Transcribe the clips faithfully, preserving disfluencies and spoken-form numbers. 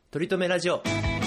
とりとめラジオ。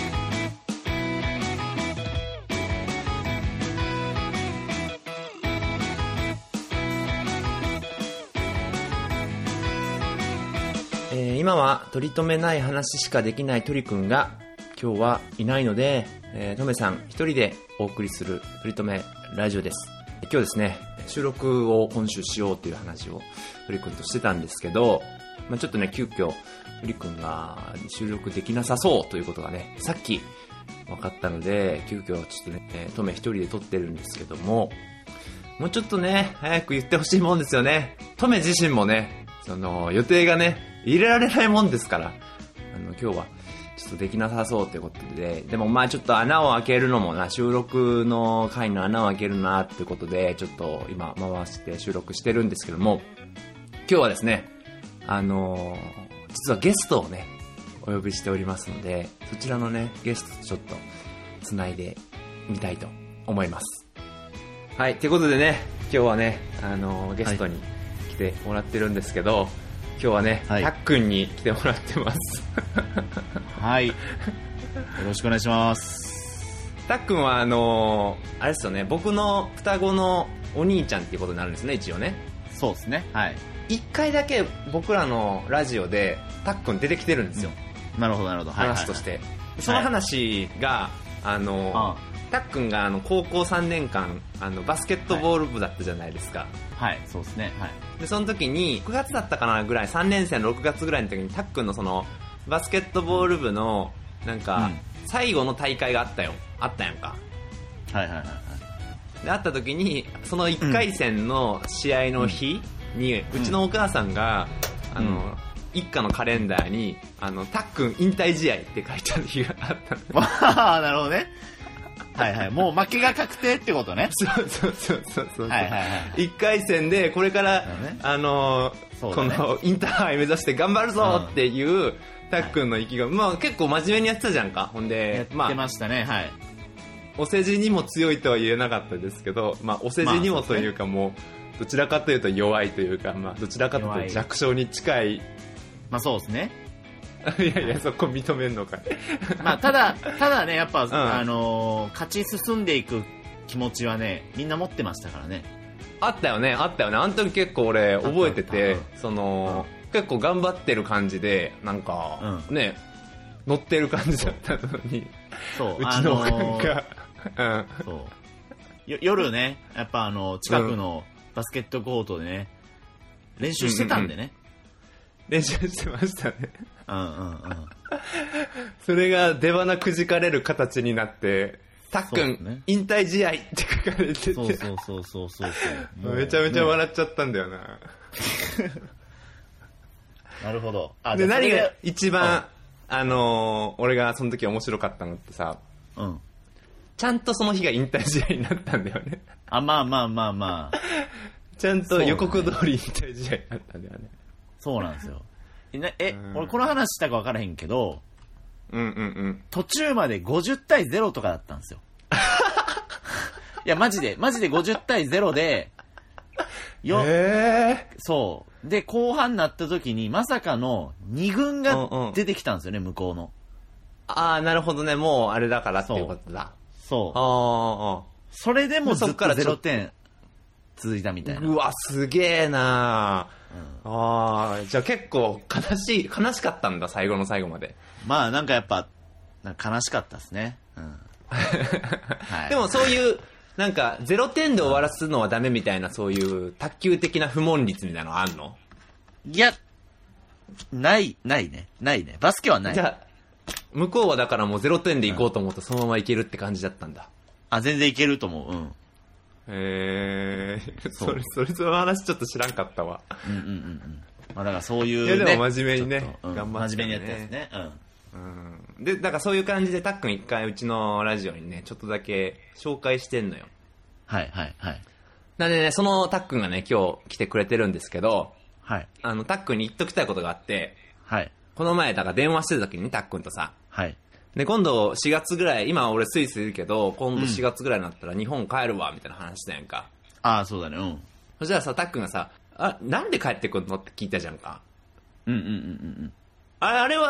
えー、今は取り留めない話しかできない鳥くんが今日はいないので、えー、トメさん一人でお送りするとりとめラジオです。今日ですね、収録を今週しようという話を鳥くんとしてたんですけど、まあ、ちょっとね急遽鳥くんが収録できなさそうということがねさっき分かったので、急遽ちょっとねトメ一人で撮ってるんですけども、もうちょっとね早く言ってほしいもんですよね。トメ自身もねその予定がね入れられないもんですから、あの今日はちょっとできなさそうということで、でもまあちょっと穴を開けるのもな、収録の回の穴を開けるなってことでちょっと今回して収録してるんですけども、今日はですねあのー、実はゲストをねお呼びしておりますので、そちらのねゲストとちょっとつないでみたいと思います。はい、ということでね今日はねあのー、ゲストに来てもらってるんですけど、はい、今日はね、はい、たっくんに来てもらってますはいよろしくお願いします。 たっくんはあのー、あれですよね、僕の双子のお兄ちゃんっていうことになるんですね、一応ね。 そうですね、はい。 一回だけ僕らのラジオでたっくん出てきてるんですよ、 うん、なるほどなるほど、 話として、はいはいはい、その話が、はい、あのああたっくんがあの高校さんねんかんあのバスケットボール部だったじゃないですか。 はい、はい、そうですね、はい。 でその時にくがつだったかなぐらい、さんねん生のろくがつぐらいの時にたっくんのそのバスケットボール部のなんか最後の大会があったよ、あったやんか。 はいはいはいはい。 であった時にそのいっかい戦の試合の日に、うん、うちのお母さんが、うん、あの一家のカレンダーにあのたっくん引退試合って書いてある日があったの。 ああなるほどね。はいはい、もう負けが確定ってことね。 そうそうそうそうそう、 はいはいはい、 いっかい戦でこれから、ね、あのーね、このインターハイ目指して頑張るぞっていう、うん、たっくんの意気込み、まあ結構真面目にやってたじゃんか。ほんでやってましたね、まあ、はい。 お世辞にも強いとは言えなかったですけど、まあお世辞にもというかもうどちらかというと弱いというか、まあどちらかというと弱小に近い。 まあそうですね。 いやいや、そこ認めんのかい。 まあただただねやっぱ、うん、あのー、勝ち進んでいく気持ちはねみんな持ってましたからね。 あったよねあったよね。あの時結構俺覚えてて、その、うん、結構頑張ってる感じでなんか、うん、ね乗ってる感じだったのに、そううちのおかんが、 あのーうん、そうよ夜ねやっぱあの近くのバスケットコートでね、うん、練習してたんでね、うんうんうん、 練習してましたね。 うんうんうん。 それが出花くじかれる形になって、たっくん、ね、引退試合って書かれてて、 そうそうそうそうそうめちゃめちゃ笑っちゃったんだよな。 なるほど。 あで何が一番、あのー、俺がその時面白かったのってさ、うん、ちゃんとその日が引退試合になったんだよね。 あ、まあまあまあまあ。 ちゃんと予告通り引退試合になったんだよね。 そうなんですよ。え、うん、俺この話したか分からへんけど、 うんうんうん、 途中までごじゅうたいゼロとかだったんですよ。いやマジでマジでごじゅうたいゼロでよ、 えー、 そうで後半になった時にまさかのに軍が出てきたんですよね、うんうん、向こうの。 ああなるほどね、もうあれだからっていうことだ。 そうああそれでもずっとゼロてん続いたみたいな。 うわすげえな、うん、ああじゃあ結構悲しい悲しかったんだ最後の最後まで。 まあなんかやっぱなんか悲しかったですね、うんはい、でもそういうなんかゼロてんで終わらすのはダメみたいな、そういう卓球的な不問率みたいなのあんの？ いやないないねないねバスケはない。 じゃあ向こうはだからもうゼロてんで行こうと思うとそのままいけるって感じだったんだ。 あ全然いけると思う。うん。 へえー、それそれその話ちょっと知らんかったわ。 うんうんうんうん。まあだからそういう、 ね、いやでも真面目にね、 うん、 頑張って、ね、 真面目にやったやつね。うんうん、でだからそういう感じでたっくん一回うちのラジオにねちょっとだけ紹介してんのよ。 はいはいはい。 なんでねそのたっくんがね今日来てくれてるんですけど、 はい、 あのたっくんに言っときたいことがあって、 はい、 この前だから電話してた時にたっくんとさ、 はい、 で今度しがつぐらい、今俺スイスいるけど今度しがつぐらいになったら日本帰るわみたいな話したやんか。 ああそうだね。うん。 そしたらさたっくんがさあなんで帰ってくるのって聞いたじゃんか。 うんうんうんうん。 あれあれは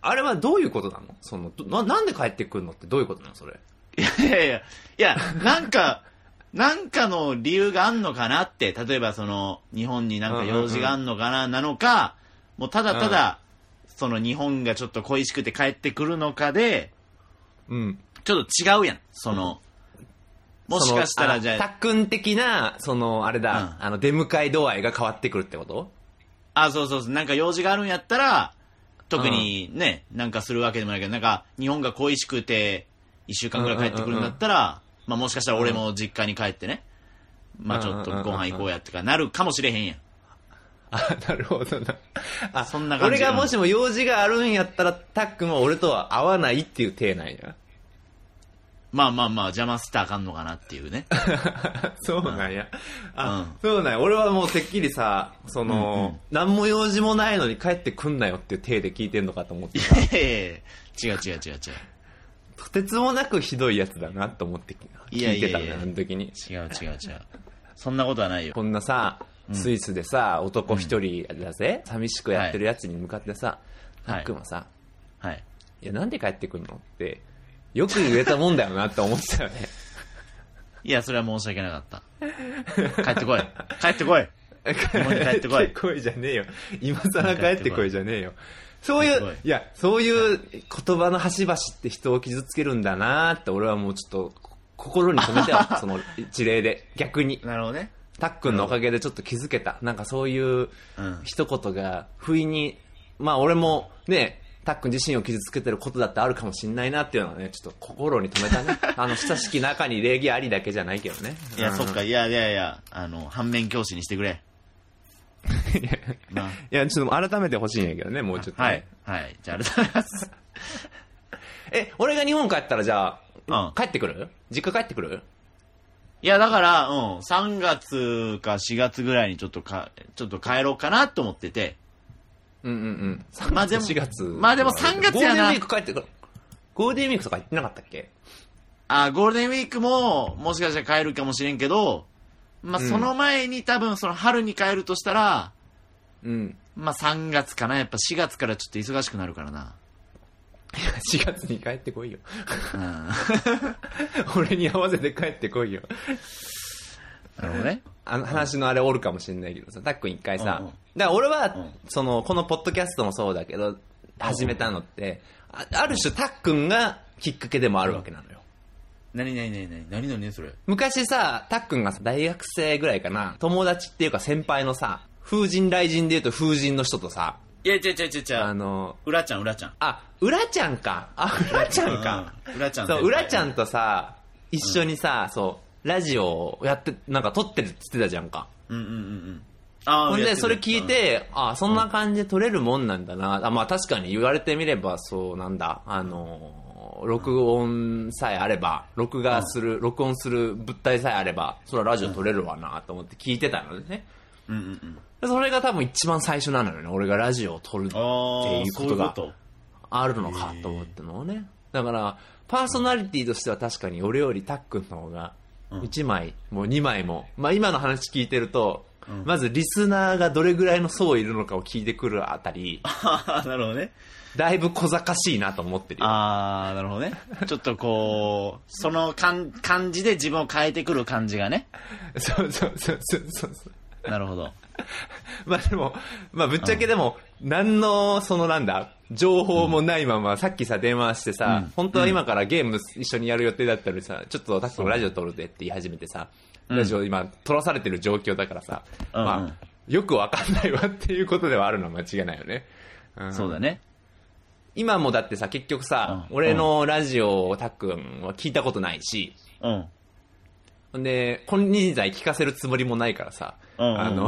あれはどういうことなの？そのな、なんで帰ってくるのってどういうことなのそれ？ いやいやいや、いや、なんか、なんかの理由があんのかなって、例えばその、日本になんか用事があんのかな、なのか、もうただただ、その日本がちょっと恋しくて帰ってくるのかで、 うん。 ちょっと違うやん、その、もしかしたらじゃあ、 たっくん的な、その、あれだ、うん、あの、出迎え度合いが変わってくるってこと？ あ、そうそうそう、なんか用事があるんやったら、特にね、うん、なんかするわけでもないけど、なんか、日本が恋しくて、一週間ぐらい帰ってくるんだったら、うんうんうんうん、まあもしかしたら俺も実家に帰ってね、うん、まあちょっとご飯行こうやってかなるかもしれへんやん。 あ、なるほどな。あ、 そんな感じ。 俺がもしも用事があるんやったら、たっくんは俺とは会わないっていう体なんや。 まあまあまあ邪魔したらあかんのかなっていうね。 そうなんや。あ、 うん、 そうなんや。俺はもうてっきりさ、その、うんうん、何も用事もないのに帰ってくんなよっていう体で聞いてんのかと思ってさ。 いやいやいや、違う違う違う違う。 とてつもなくひどいやつだなと思って聞いてたんだよ、あの時に。 違う違う違う。そんなことはないよ。 こんなさ、スイスでさ、うん、男一人だぜ、うん、寂しくやってるやつに向かってさ、たっくんはさ、 はい。 いや、なんで帰ってくんのって、よく言えたもんだよなって思ってたよね。 いや、それは申し訳なかった。帰ってこい。帰ってこい。日本に帰ってこい。 帰ってこいじゃねえよ。今更帰ってこいじゃねえよ。そういう、いや、そういう言葉の端々って人を傷つけるんだなーって俺はもうちょっと心に留めてよ。その一例で。逆に。 なるほどね。 たっくんのおかげでちょっと気づけた。なんかそういう一言が不意に、まあ俺もね、たっくん自身を傷つけてることだってあるかもしんないなっていうのはね、ちょっと心に留めたね。あの、親しき中に礼儀ありだけじゃないけどね。 いや、うん、そっか、いやいやいや、あの、反面教師にしてくれ。 まあ、いや、ちょっと改めてほしいんやけどね、もうちょっと、ね。 はい。はい。じゃあ、改めます。 え、俺が日本帰ったらじゃあ、うん、帰ってくる？実家帰ってくる？ いや、だから、うん、さんがつかしがつぐらいにちょっとか、ちょっと帰ろうかなと思ってて。 うんうんうん。 まあでも、 しがつ。 まあでもさんがつやな。 ゴールデンウィーク帰ってくる。ゴールデンウィークとか行ってなかったっけ？ あ、ゴールデンウィークも、もしかしたら帰るかもしれんけど、まあその前に多分その春に帰るとしたら、 うん。 まあさんがつかな。やっぱしがつからちょっと忙しくなるからな。 いや、しがつに帰ってこいよ。 うん、 俺に合わせて帰ってこいよ。 なるほどね。 あの話のあれおるかもしれないけどさ、たっくん一回さ、うんうん、だから俺は、うん、その、このポッドキャストもそうだけど、始めたのって、あ, ある種たっくんがきっかけでもあるわけなのよ。 なになになになになになにそれ。 昔さ、たっくんが大学生ぐらいかな、友達っていうか先輩のさ、風神雷神で言うと風神の人とさ、 いや、違う違う違う違う。 あの、 うらちゃん、うらちゃん。 あ、うらちゃんか。あ、うらちゃんか。 うらちゃん。 そう、うらちゃんとさ、一緒にさ、うん、そう、ラジオやって、なんか撮ってるって言ってたじゃんか。 うんうんうんうん。ああ、 ほんで、それ聞いて、うん、あ、そんな感じで撮れるもんなんだな。あ、まあ確かに言われてみれば、そうなんだ。あの、録音さえあれば、録画する、うん、録音する物体さえあれば、それはラジオ撮れるわなと思って聞いてたのでね。 うんうんうん。 それが多分一番最初なのよね。俺がラジオを撮るっていうことがあるのかと思ったのをね。だからパーソナリティとしては確かに俺よりたっくんの方がいちまいもうにまいも、まあ今の話聞いてると、まずリスナーがどれぐらいの層いるのかを聞いてくるあたり、 あなるほどね。 だいぶ小賢しいなと思ってるよ。 ああなるほどね。ちょっとこうその感感じで自分を変えてくる感じがね。 そうそうそうそうそう。 なるほど。 まあでも、まあぶっちゃけでも、何の、そのなんだ、情報もないまま、さっきさ、電話してさ、うん、本当は今からゲーム一緒にやる予定だったのにさ、ちょっとたっくんラジオ撮るでって言い始めてさ、ラジオ今撮らされてる状況だからさ、うん、まあ、よくわかんないわっていうことではあるのは間違いないよね。 うん、そうだね。 今もだってさ、結局さ、うん、俺のラジオをたっくんは聞いたことないし、 うん。 ほんで、金輪際聞かせるつもりもないからさ、うんうん、あの、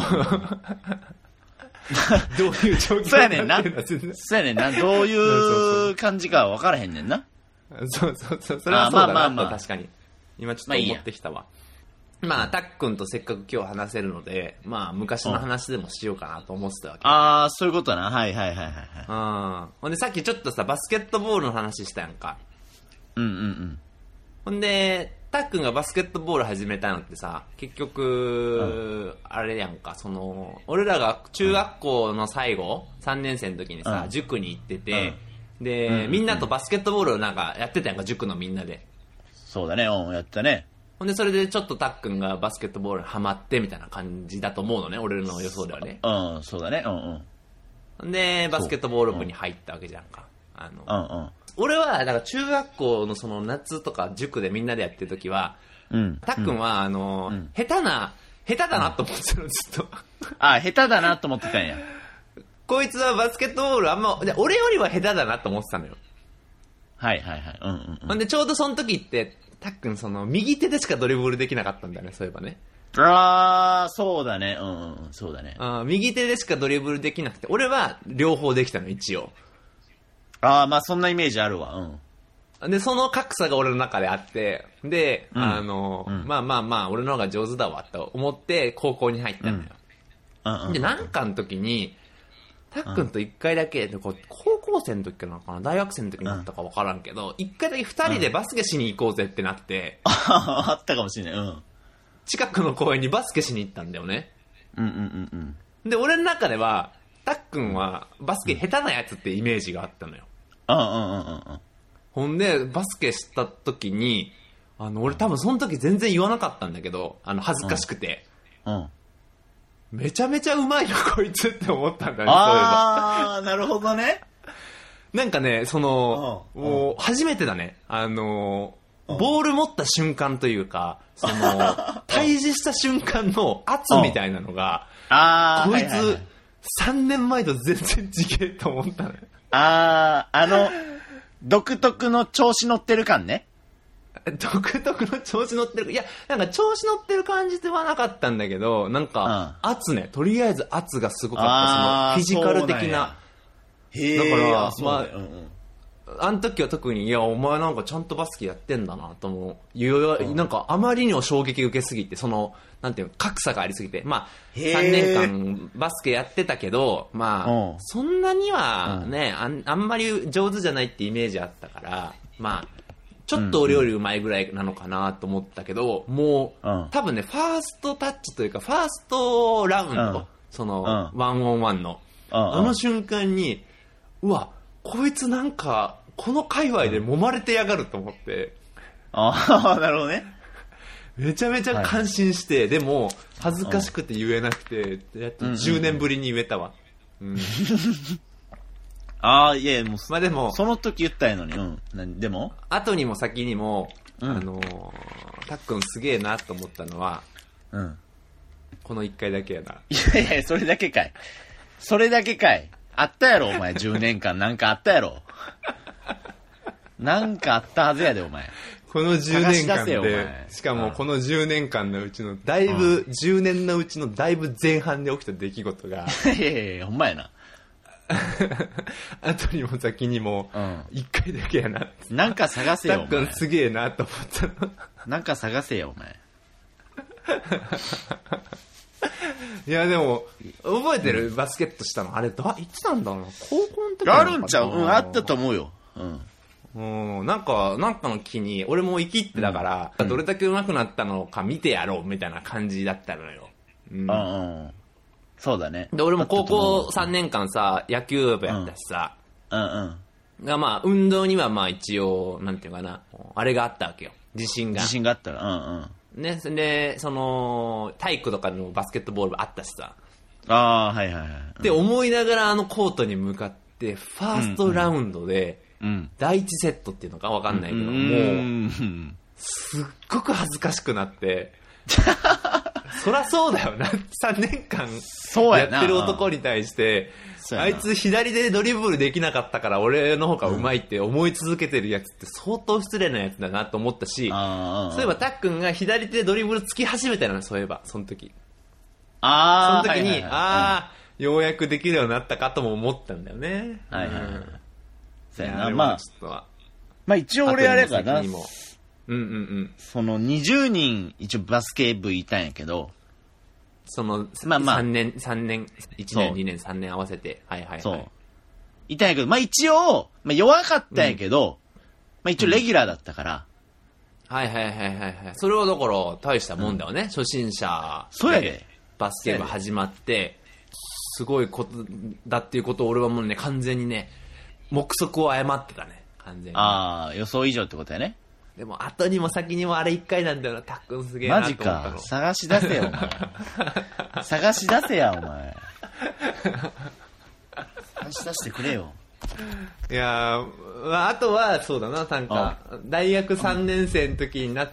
どういう状況そうやねんな。そうやねんな。どういう感じか分からへんねんな。 そうそうそう。それはそうだな、まあまあまあ、確かに。今ちょっと思ってきたわ。まあ、まあ、たっくんとせっかく今日話せるので、まあ、昔の話でもしようかなと思ってたわけ。 ああ、そういうことな。はいはいはいはい。 うん。ほんで、さっきちょっとさ、バスケットボールの話したやんか。 うんうんうん。 ほんで、たっくんがバスケットボール始めたのってさ、結局、うん、あれやんか、その、俺らが中学校の最後、さんねん生の時にさ、うん、塾に行ってて、 で、うんうんうん、みんなとバスケットボールをなんかやってたやんか、塾のみんなで。 そうだね、うん、やったね。 ほんで、それでちょっとたっくんがバスケットボールにハマってみたいな感じだと思うのね、俺の予想ではね。 うん、そうだね、うんうん。で、バスケットボール部に入ったわけじゃんか。あの、 うんうん。 俺は、だから中学校のその夏とか塾でみんなでやってる時は、うん、たっくんは、あの、うん、下手な、下手だなと思ってたの、ずっと。 あ、下手だなと思ってたんや。 こいつはバスケットボールあんま、俺よりは下手だなと思ってたのよ。 はいはいはい。うんうんうん。 ほんで、ちょうどその時って、たっくんその、右手でしかドリブルできなかったんだよね、そういえばね。 あー、そうだね。うんうん、そうだね。 あ右手でしかドリブルできなくて、俺は両方できたの、一応。 あー、まあそんなイメージあるわ。 うん。で、その格差が俺の中であって、で、うん、あの、うん、まあまあまあ、俺の方が上手だわ、と思って、高校に入ったのよ。うんうんうん、で、なんかの時に、たっくんと一回だけ、高校生の時かなのかな、大学生の時になったか分からんけど、一、うん、回だけ二人でバスケしに行こうぜってなって、 うん、あったかもしれない。うん。 近くの公園にバスケしに行ったんだよね。 うんうんうんうん。で、俺の中では、たっくんはバスケ下手なやつってイメージがあったのよ。 うんうんうんうん。 ほんで、バスケした時に、あの、俺多分その時全然言わなかったんだけど、あの、恥ずかしくて。うん。うんめちゃめちゃうまいよこいつって思ったんだね。 ああなるほどね。 なんかねその、うん、もう初めてだねあの、うん、ボール持った瞬間というかその対峙した瞬間の圧みたいなのが、うん、あこいつ、はいはいはい、さんねんまえと全然違えと思ったのよ。 あああの独特の調子乗ってる感ね。 独特の調子乗ってる。いや、なんか調子乗ってる感じではなかったんだけど、なんか、圧ね、とりあえず圧がすごかった、その、フィジカル的な。 へだから、 まあ、 うんうん、あの時は特に、いや、お前なんかちゃんとバスケやってんだな、と思う。うん、なんか、あまりにも衝撃受けすぎて、その、なんていうの、格差がありすぎて。まあ、さんねんかんバスケやってたけど、まあ、そんなにはね、あん、あんまり上手じゃないってイメージあったから、まあ、ちょっと俺よりうまいぐらいなのかなと思ったけど、もう、うん、多分ね、ファーストタッチというか、ファーストラウンド、うん、その、うん、ワンオンワンの、うん、あの瞬間に、うわ、こいつなんか、この界隈で揉まれてやがると思って。 ああ、なるほどね。 めちゃめちゃ感心して、はい、でも、恥ずかしくて言えなくて、やっとじゅうねんぶりに言えたわ。うんうんああ、いや、もう、 まあでも、 その時言ったんやのに、うん。なでも後にも先にも、うん、あのー、たっくんすげえなと思ったのは、うん。この一回だけやな。 いやいや、それだけかい。それだけかい。あったやろ、お前、じゅうねんかん。なんかあったやろ。なんかあったはずやで、お前。 このじゅうねんかんで、しかもこのじゅうねんかんのうちの、だいぶ、うん、じゅうねんのうちのだいぶ前半で起きた出来事が。 いやいやいや、ほんまやな。 後にも先にも一回だけやなって、 うん、なんか探せよたっくんすげえなと思ったの。 なんか探せよお前。 いやでも覚えてる、うん、バスケットしたのあれだいつなんだろうな高校の時あるんちゃう、うん、あったと思うよ。 うん、うん、なんかなんかの気に俺も生きってだから、うん、どれだけ上手くなったのか見てやろうみたいな感じだったのよ。 うん、うんうんそうだね。 で、俺も高校さんねんかんさ、野球部やったしさ。うん、うんうん。まあ、運動にはまあ一応、なんていうかな、あれがあったわけよ。自信が。 自信があったら、うんうん。ね、で、その、体育とかのバスケットボール部あったしさ。 ああ、はいはいはい。 で、思いながらあのコートに向かって、ファーストラウンドで、第一セットっていうのかわかんないけど、もう、すっごく恥ずかしくなって、そりゃそうだよなさんねんかんやってる男に対してあいつ左でドリブルできなかったから俺の方がうまいって思い続けてるやつって相当失礼なやつだなと思ったし、そういえばたっくんが左手でドリブルつき始めたのそういえばその時あその時に、はいはいはい、ああ、うん、ようやくできるようになったかとも思ったんだよね。 はいはい、うん、そうやな。 まあちょっとまあ一応俺あれかなうんうんうん。 そのにじゅうにん一応バスケ部いたんやけど、 その、まあまあ、さんねん、さんねん、いちねん、にねん、さんねん合わせて、はいはいはい。そう。 いたんやけど、まあ一応、まあ弱かったんやけど、うん、まあ一応レギュラーだったから。 うん、はいはいはいはいはい。それはだから大したもんだよね。うん、初心者そうやでバスケ部始まって、すごいことだっていうことを俺はもうね、完全にね、 目測を誤ってたね、完全に。 ああ、予想以上ってことやね。 でも、後にも先にもあれ一回なんだよな、たっくんすげえなマジと思ったの。 か。探し出せよ、お前。探し出せや、お前。探し出してくれよ。 いやー、まあ、あとは、そうだな、なんか、大学さんねん生の時になって、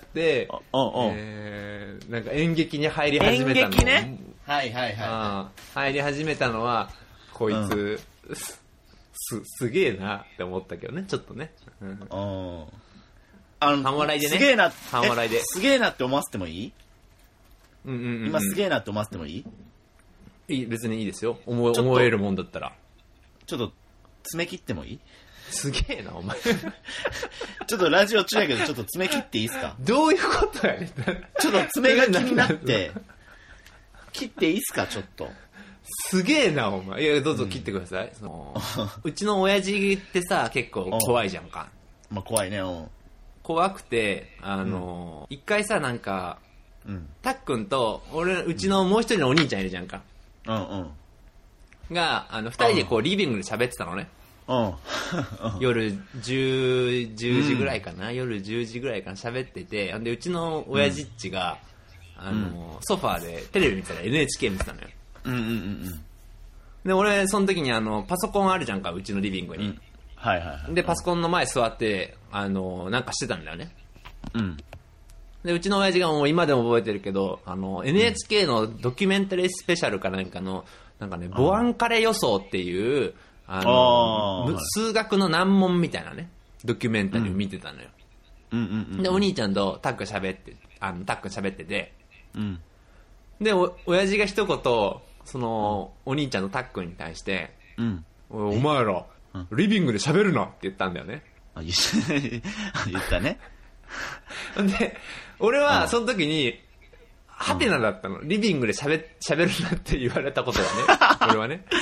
うんうん。 えー、なんか演劇に入り始めたの。 演劇ね。はいはいはい。入り始めたのは、こいつ、 うん、 す、すげえなって思ったけどね、ちょっとね。うん。 あの、 半笑いでね。 すげえな、 半笑いで。 すげえなって思わせてもいい？ うんうんうん、うん。 今すげえなって思わせてもいい？ いい、別にいいですよ。思え、思えるもんだったら。 ちょっと、爪切ってもいい？ すげえな、お前。 ちょっとラジオ中やけど、ちょっと爪切っていいですか？ どういうことやねん。 ちょっと爪が気になって、切っていいですか、ちょっと。 すげえな、お前。いや、どうぞ切ってください。うん、そのうちの親父ってさ、結構怖いじゃんか。 まあ、怖いね、うん。 怖くて、あの、うん、一回さ、なんか、うん、たっくんと、俺、うちのもう一人のお兄ちゃんいるじゃんか。 うんうん。 が、あの、二人でこう、リビングで喋ってたのね。うん。夜じゅう、じゅうじぐらいかな、うん、夜じゅうじぐらいかな、喋ってて、で、うちの親父っちが、うん、あの、ソファーでテレビ見てたら エヌエイチケー 見てたのよ。 うんうんうんうん。 で、俺、その時にあの、パソコンあるじゃんか、うちのリビングに。うん、 はいはいはい。 で、パソコンの前座って、あの、なんかしてたんだよね。 うん。 で、うちの親父がもう今でも覚えてるけど、あの、エヌエイチケー のドキュメンタリースペシャルかなんかの、なんかね、ボアンカレ予想っていう、あの、あ数学の難問みたいなね、ドキュメンタリーを見てたのよ。うんうんうんうん、で、お兄ちゃんとタック喋って、あの、タック喋ってて、うん、で、お、親父が一言、その、お兄ちゃんのタックに対して、うん、お, お前ら、リビングで喋るなって言ったんだよね。 あ、言ったね。 で、俺はその時に、ハテナだったの。リビングで喋、喋るなって言われたことはね。俺はね。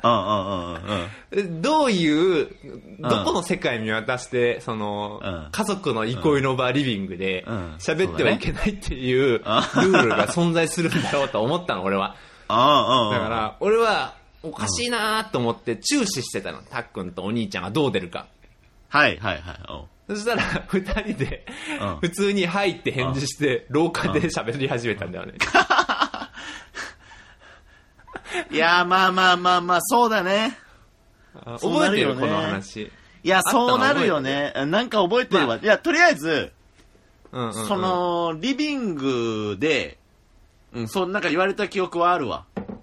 どういう、どこの世界見渡して、その、家族の憩いの場リビングで喋ってはいけないっていうルールが存在するんだろうと思ったの、俺は。だから、俺はおかしいなと思って注視してたの。たっくんとお兄ちゃんがどう出るか。 はいはいはい。 そしたら、二人で、普通に入って返事して、廊下で喋り始めたんだよね。 いやー、まあまあまあまあ、そうだね。 覚えてるこの話。 いや、そうなるよね。なんか覚えてるわ。いや、とりあえず、その、リビングで、うん、そう、なんか言われた記憶はあるわ。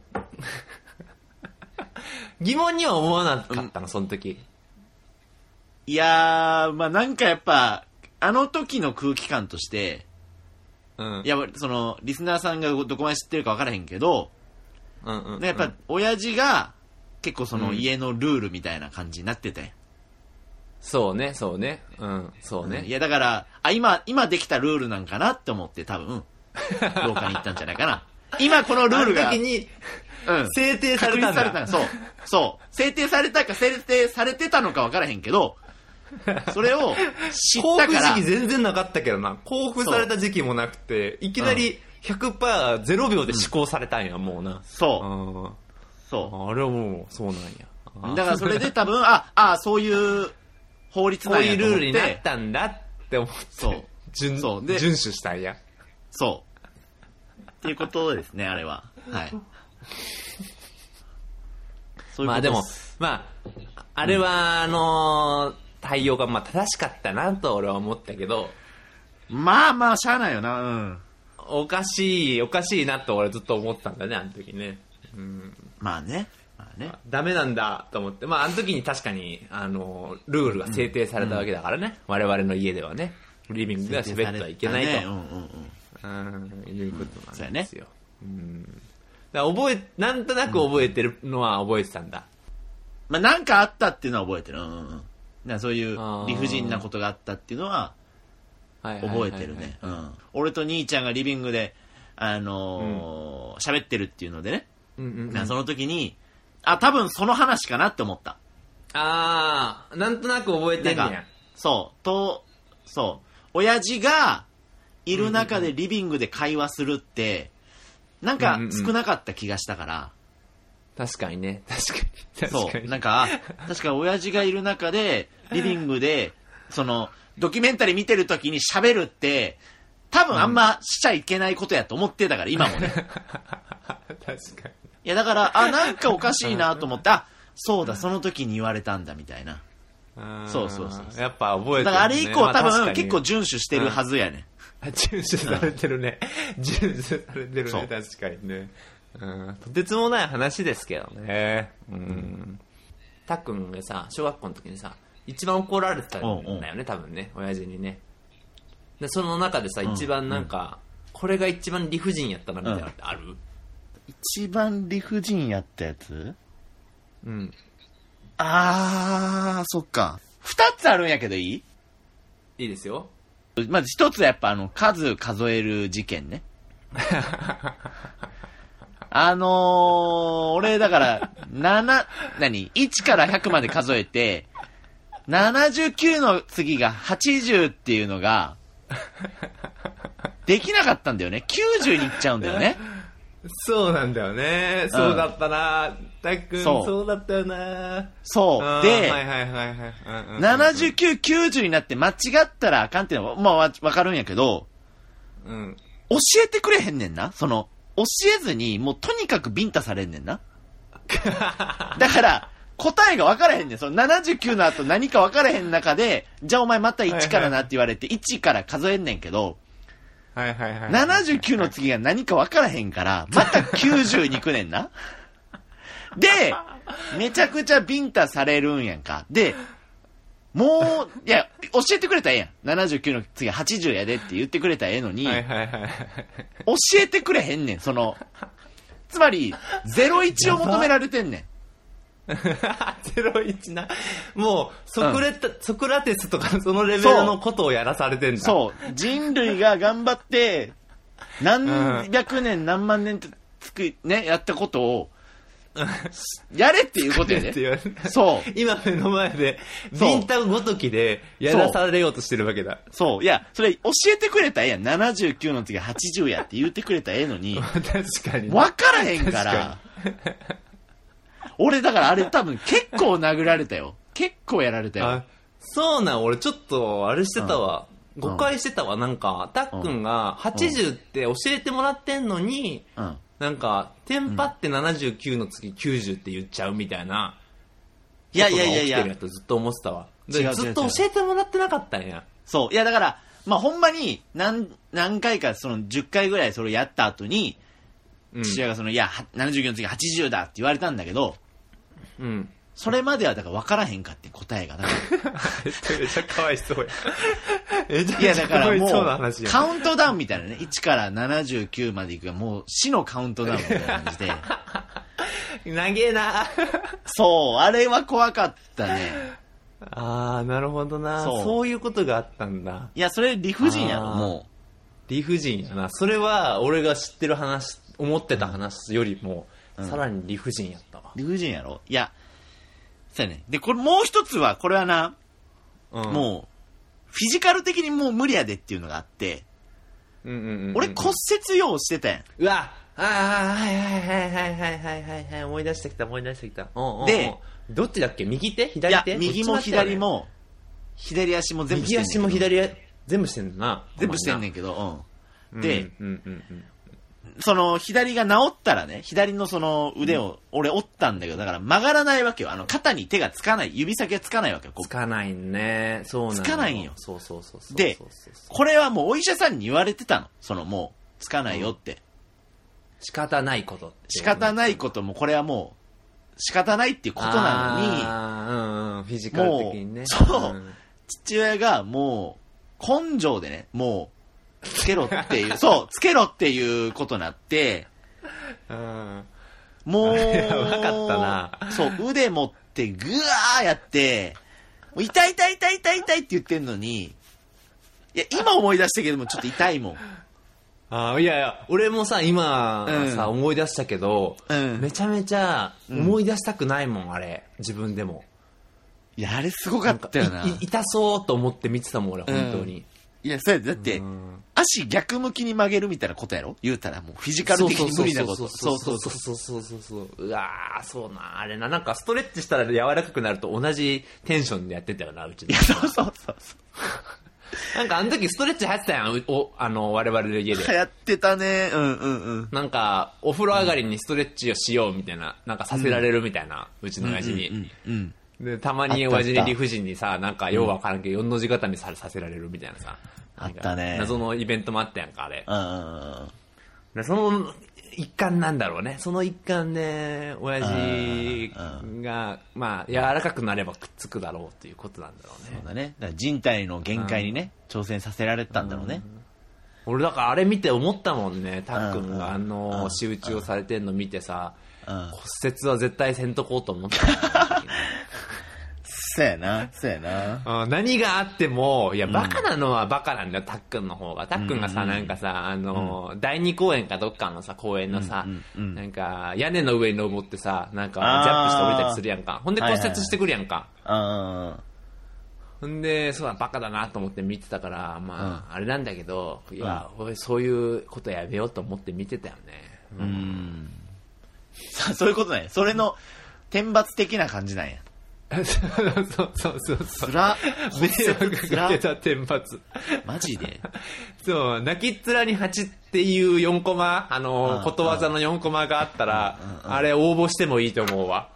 疑問には思わなかったの、その時。 いやー、まあなんかやっぱ、あの時の空気感として、うん、いや、その、リスナーさんがどこまで知ってるか分からへんけど、うんうんうん、やっぱ、親父が、結構その家のルールみたいな感じになってたよ、うん。 そうね、そうね。うん、そうね。 いや、だから、あ、今、今できたルールなんかなって思って多分、廊下に行ったんじゃないかな。今このルールが、 あの時に、うん、制定されたんだ。確認された。 そう。そう。制定されたか、制定されてたのか分からへんけど、それを知ったから。 交付時期全然なかったけどな。交付された時期もなくて、いきなり ひゃくパーセント、ゼロびょうで施行されたんや、うん、もうな。 そう。そう。 あれはもう、そうなんや。 だからそれで多分、あ、あ、そういう法律なんやと思って。 こういうルールになったんだって思って、そう。順、そう。で、遵守したんや。 そう。っていうことですね、あれは。はい。 そういうことです。まあでも、まあ、あれは、あのー、対応がまあ正しかったなと俺は思ったけど、 まあまあしゃあないよな。うん。 おかしいおかしいなと俺ずっと思ってたんだね、あの時ね。うん。 まあね。まあね。 ダメなんだと思って、まああの時に確かにあのルールが制定されたわけだからね。うん、我々の家ではね、リビングでは喋ってはいけないと、ね、うんうんうんうん、いうことなんですよ。うん。うん、だから覚えなんとなく覚えてるのは覚えてたんだ。 うん、まあなんかあったっていうのは覚えてる。うんうん。なそういう理不尽なことがあったっていうのは覚えてるね。俺と兄ちゃんがリビングで、あのー、喋、うん、ってるっていうのでね、うんうんうん、その時に、あ、多分その話かなって思った。 あー、なんとなく覚えてんねや。 そう、と、そう、親父がいる中でリビングで会話するって、なんか少なかった気がしたから、 確かにね。確かに。確かに。 そう。なんか、確か親父がいる中で、リビングで、その、ドキュメンタリー見てる時に喋るって、多分あんましちゃいけないことやと思ってたから、今もね。 確かに。 いや、だから、あ、なんかおかしいなと思って、あ、そうだ、その時に言われたんだ、みたいな。そうそうそう。 やっぱ覚えてる、ね。 だからあれ以降、まあ、多分結構遵守してるはずやね。 遵守されてるね。遵守されてるね、確かにね。うん、とてつもない話ですけどね。うん。たっくんがさ、小学校の時にさ、一番怒られてたんだよね、うんうん、多分ね、親父にね。で、その中でさ、一番なんか、うん、これが一番理不尽やったな、みたいなのってある、うん、 一番理不尽やったやつ？ うん。 あー、そっか。二つあるんやけどいい？ いいですよ。 まず一つはやっぱあの、数数える事件ね。あのー、俺だから、七、何 ?いち からひゃくまで数えて、ななじゅうきゅうの次がはちじゅうっていうのが、できなかったんだよね。きゅうじゅうにいっちゃうんだよね。 そうなんだよね。そうだったな。たっくん、そうだったよな。 そう。で、 はいはいはいはい。 ななじゅうきゅう、きゅうじゅうになって間違ったらあかんっていうのは、まあわかるんやけど、 うん。 教えてくれへんねんな。その、教えずに、もうとにかくビンタされんねんな。だから、答えが分からへんねん。そのななじゅうきゅうの後何か分からへん中で、じゃあお前またいちからなって言われて、いちから数えんねんけど、 はいはいはい。 ななじゅうきゅうの次が何か分からへんから、またきゅうじゅうに行くねんな。で、めちゃくちゃビンタされるんやんか。で、もう、いや、教えてくれたらええやん。ななじゅうきゅうの次はちじゅうやでって言ってくれたらええのに、 はいはいはい。 教えてくれへんねん、その、つまり、ゼロいちを求められてんねん。 ゼロいちな。もう、ソクレタ、うん、ソクラテスとかそのレベルのことをやらされてんだ。 そう。人類が頑張って、何百年何万年ってつく、ね、やったことを、やれっていうことやで。そう。 今目の前で、ビンタごときでやらされようとしてるわけだ。 そう。そういや、それ教えてくれたらええやん。ななじゅうきゅうの次はちじゅうやって言ってくれたらええのに。 確かに。 わからへんから。俺だからあれ多分結構殴られたよ。結構やられたよ。 あ、そうなん、俺ちょっとあれしてたわ。うん、誤解してたわ。なんか、たっくんがはちじゅうって教えてもらってんのに、うん、なんか、テンパってななじゅうきゅうの次きゅうじゅうって言っちゃうみたいな。 いやいやいやいや。 起きてるやとずっと思ってたわ。ずっと教えてもらってなかったんや。 そう。いやだから、まあ、ほんまに何、何回かそのじゅっかいぐらいそれをやった後に、父親がその、いや、ななじゅうきゅうの次はちじゅうだって言われたんだけど、 うん。 それまではだから分からへんかって答えが。だからめちゃかわいそうや。 いやだからもう、カウントダウンみたいなね。いちからななじゅうきゅうまでいくがもう死のカウントダウンみたいな感じで。 長えな。 そう、あれは怖かったね。 あー、なるほどな。そう。そういうことがあったんだ。 いや、それ理不尽やろ、もう。 理不尽やな。それは俺が知ってる話、思ってた話よりも、うん、さらに理不尽やったわ。 理不尽やろ？いや、そうやね。で、これもう一つは、これはな、うん、もう、フィジカル的にもう無理やでっていうのがあって、 うんうんうんうん、 俺骨折用してたやん。 うわああ、はいはいはいはいはいはいはいはい、思い出してきた思い出してきた。おうおうおうで、 どっちだっけ？右手？左手？ いや、右も左も、左足も全部してんねんけど。 右足も左足、全部してんのな。 全部してんねんけど、うん。で、 うんうんうんうん、 その、左が治ったらね、左のその腕を、俺折ったんだけど、だから曲がらないわけよ。あの、肩に手がつかない、指先がつかないわけよ。 つかないね。そうなんだ。 つかないんよ。 そうそうそうそう。 で、これはもうお医者さんに言われてたの。そのもう、つかないよって。うん、 仕方ないことって。 仕方ないことも、これはもう、仕方ないっていうことなのに、 あうんうん、フィジカル的にね。 そう、うん、父親がもう、根性でね、もう、つけろっていう、そう、つけろっていうことになって、 うん、 もう、 やばかったな。 そう、腕持ってぐわーやって、もう痛い痛い痛い痛い痛いって言ってんのに、いや、今思い出したけどもちょっと痛いもん。 あ、いやいや、俺もさ、今さ、うん、思い出したけど、うん、めちゃめちゃ思い出したくないもん、あれ。自分でも。 いや、あれすごかったよな。 い痛そうと思って見てたもん、俺、本当に。 いいや、そうやで。だって、足逆向きに曲げるみたいなことやろ言うたら、もうフィジカル的に無理なこと。 そうそうそうそうそうそうそう。うわー、そうな。あれな、なんかストレッチしたら柔らかくなると同じテンションでやってたよな、うちの。 いや、そうそうそうそう。 なんかあの時ストレッチ流行ってたやん、お、あの、我々の家で。 流行ってたね。うんうんうん。 なんか、お風呂上がりにストレッチをしようみたいな、なんかさせられるみたいな、うちの親父に。うんうんうん。で、たまに親父に理不尽にさ、なんか、ようわからんけど、よんの字固めさせられるみたいなさ。 あったね。 謎のイベントもあったやんか、あれ。 うんうんうん。 でその一環なんだろうね。その一環で、親父が、まあ、柔らかくなればくっつくだろうっていうことなんだろうね。 そうだね。だから人体の限界にね、挑戦させられたんだろうね。 俺だからあれ見て思ったもんね。たっくんがあの、仕打ちをされてんの見てさ、骨折は絶対せんとこうと思った。 そうやな、そうやな。 何があっても、いや、バカなのはバカなんだよ、たっくんの方が。たっくんがさ、なんかさ、あの、だいに公園かどっかのさ、公園のさ、なんか、屋根の上に登ってさ、なんか、ジャップして降りたりするやんか。ほんで骨折してくるやんか。ほんで、そうだ、バカだなと思って見てたから、まあ、あれなんだけど、いや、俺そういうことやめようと思って見てたよね。 うん。さあ、そういうことね。それの、天罰的な感じなんや。 そうそうそうそう。 つら。 迷惑かけた天罰。 マジでそう、泣きっ面に蜂っていうよんコマ、あの、ことわざのよんコマがあったら、あれ応募してもいいと思うわ。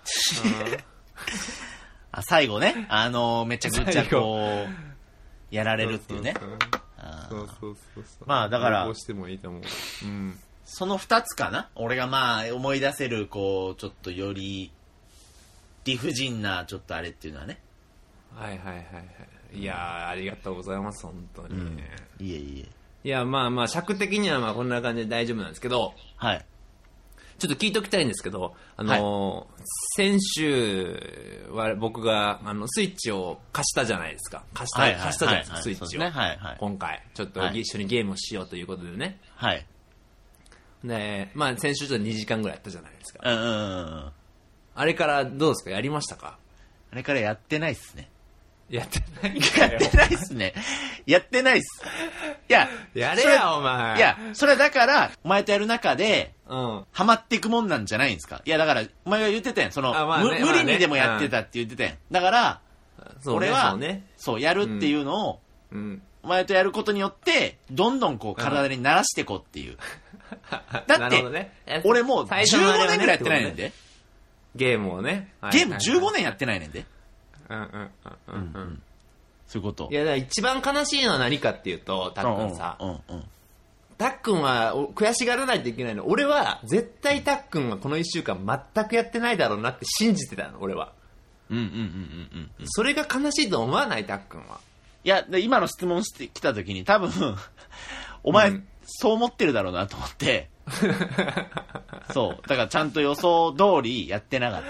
あ、最後ね、あの、めちゃくちゃこう、やられるっていうね。 そうそうそう。 まあだから、 応募してもいいと思う。うん。 その二つかな俺がまあ思い出せる、こう、ちょっとより、理不尽なちょっとあれっていうのはね。 はいはいはいはい。いやー、ありがとうございます本当に、うん、 いえいえ。 いやまあまあ尺的にはまあこんな感じで大丈夫なんですけど、 はい。 ちょっと聞いておきたいんですけど、あのーはい、先週は僕があのスイッチを貸したじゃないですか。貸した、はいはい、貸したじゃないですか、スイッチを、ねはいはい。今回ちょっと一緒にゲームをしようということでね。 はい。 で、まあ先週ちょっとにじかんぐらいやったじゃないですか。 うんうんうん。 あれからどうですか？やりましたか？ あれからやってないっすね。 やってないんかよ。 やってないっすね。やってないっす。いや、 やれや、お前。 いや、それだから、お前とやる中で、 うん。 ハマっていくもんなんじゃないんですか？いや、だから、お前が言ってたやん。その、まあね、無理にでもやってたって言ってたやん。だから、 そうね、 俺は、 そうね、 そう、やるっていうのを、 うん。 お前とやることによって、どんどんこう、体に慣らしていこうっていう。だって、ね、俺もうじゅうごねんぐらいやってないねんで。 ゲームをね。 ゲームじゅうごねんやってないねんで。 うんうんうんうんうん。 そういうこと。 いや、だから一番悲しいのは何かっていうと、たっくんさ。たっくんは悔しがらないといけないの。俺は、絶対たっくんはこの一週間全くやってないだろうなって信じてたの、俺は。 うんうんうんうんうん。 それが悲しいと思わない、たっくんは。 いや、今の質問してきた時に多分、お前、うん、そう思ってるだろうなと思って、そう。だからちゃんと予想通りやってなかった。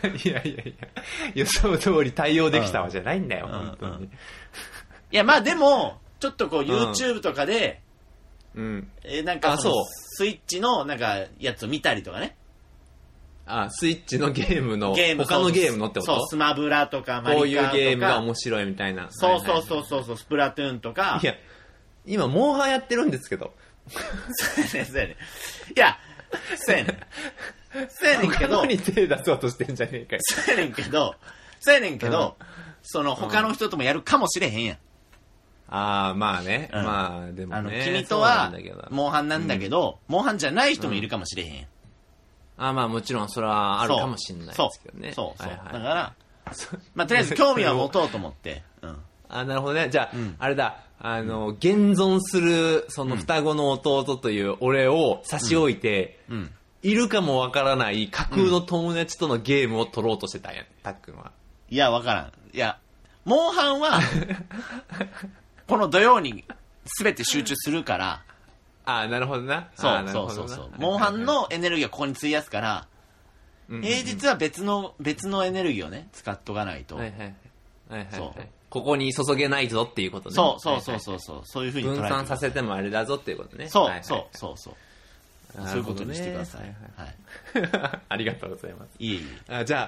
いやいやいや、予想通り対応できたわじゃないんだよ、うん、本当に、うん。いや、まあでも、ちょっとこう YouTube とかで、 うん。 えー、なんかそう、スイッチのなんかやつを見たりとかね。 あ、スイッチのゲームの、ゲーム他のゲームのってこと？ そう、スマブラとかマリカとか。 こういうゲームが面白いみたいな。 そうそうそうそうそう、スプラトゥーンとか。 いや、今、モンハンやってるんですけど。 そうやねん、そうやねん。いや、そうやねん。そうやねんけど。 他のに手出そうとしてんじゃねえかよ。 そうやねんけど、そうやねんけど、うん、その他の人ともやるかもしれへんやん。 ああ、まあね。うん、まあ、でもね。あの、 君とは、モンハンなんだけど、うん、モンハンじゃない人もいるかもしれへんやん。 ああ、まあもちろんそれはあるかもしれないですけどね。 そう、そう、そう、はいはい。だから、まあとりあえず興味は持とうと思って。うん。 あ、なるほどね。じゃあ、うん、あれだ。あの、現存する、その双子の弟という俺を差し置いて、うんうん、いるかもわからない架空の友達とのゲームを取ろうとしてたんや、たっくんは。 いや、わからん。いや、モンハンは、この土曜に全て集中するから、 ああ、なるほどな。 そうそうそうそう。モンハンのエネルギーをここに費やすから、平日は別の、別のエネルギーをね、使っとかないと。はいはい。 はいはい。そう。ここに注げないぞっていうことね。 そうそうそうそうそう。そういうふうに捉えて分散させてもあれだぞっていうことね。 そうそうそうそう。そういうことにしてください。 はい。ありがとうございます。 いえいえ。 あ、じゃあ、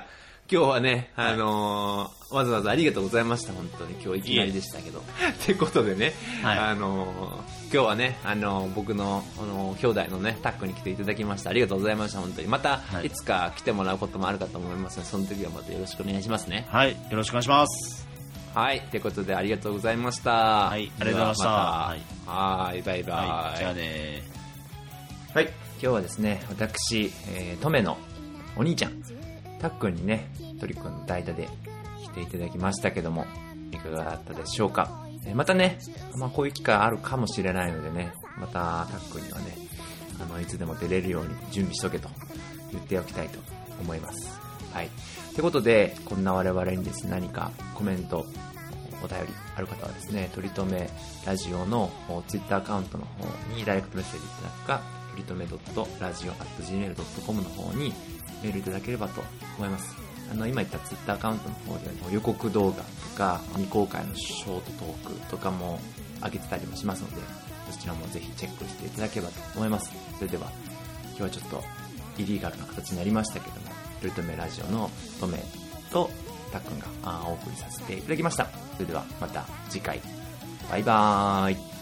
今日はね、あのー、わざわざありがとうございました。本当に今日いきなりでしたけど。ってことでね、はい、あのー、今日はね、あのー、僕の、あのー、兄弟のね、タックに来ていただきました。ありがとうございました。本当に。また、はい、いつか来てもらうこともあるかと思いますので、その時はまたよろしくお願いしますね。 はい、よろしくお願いします。 はい、ということでありがとうございました。 はい、ありがとうございました。 はい、はい、バイバイ。 はい、じゃあね。 はい、今日はですね、私、えー、トメのお兄ちゃん、タックンにね、トリ君の代打で来ていただきましたけども、いかがだったでしょうか。えー、またね、まあこういう機会あるかもしれないのでね、またタックンにはね、あの、いつでも出れるように準備しとけと言っておきたいと思います。はい。ということで、こんな我々にですね、何かコメント、お便りある方はですね、とりとめラジオのツイッターアカウントの方にダイレクトメッセージいただくか、とりとめ .radio アット ジーメール ドットコム の方にメールいただければと思います。あの、今言ったツイッターアカウントの方で予告動画とか、未公開のショートトークとかも上げてたりもしますので、そちらもぜひチェックしていただければと思います。それでは、今日はちょっとイリーガルな形になりましたけども、とりとめラジオのとめとたっくんがお送りさせていただきました。それではまた次回。バイバーイ。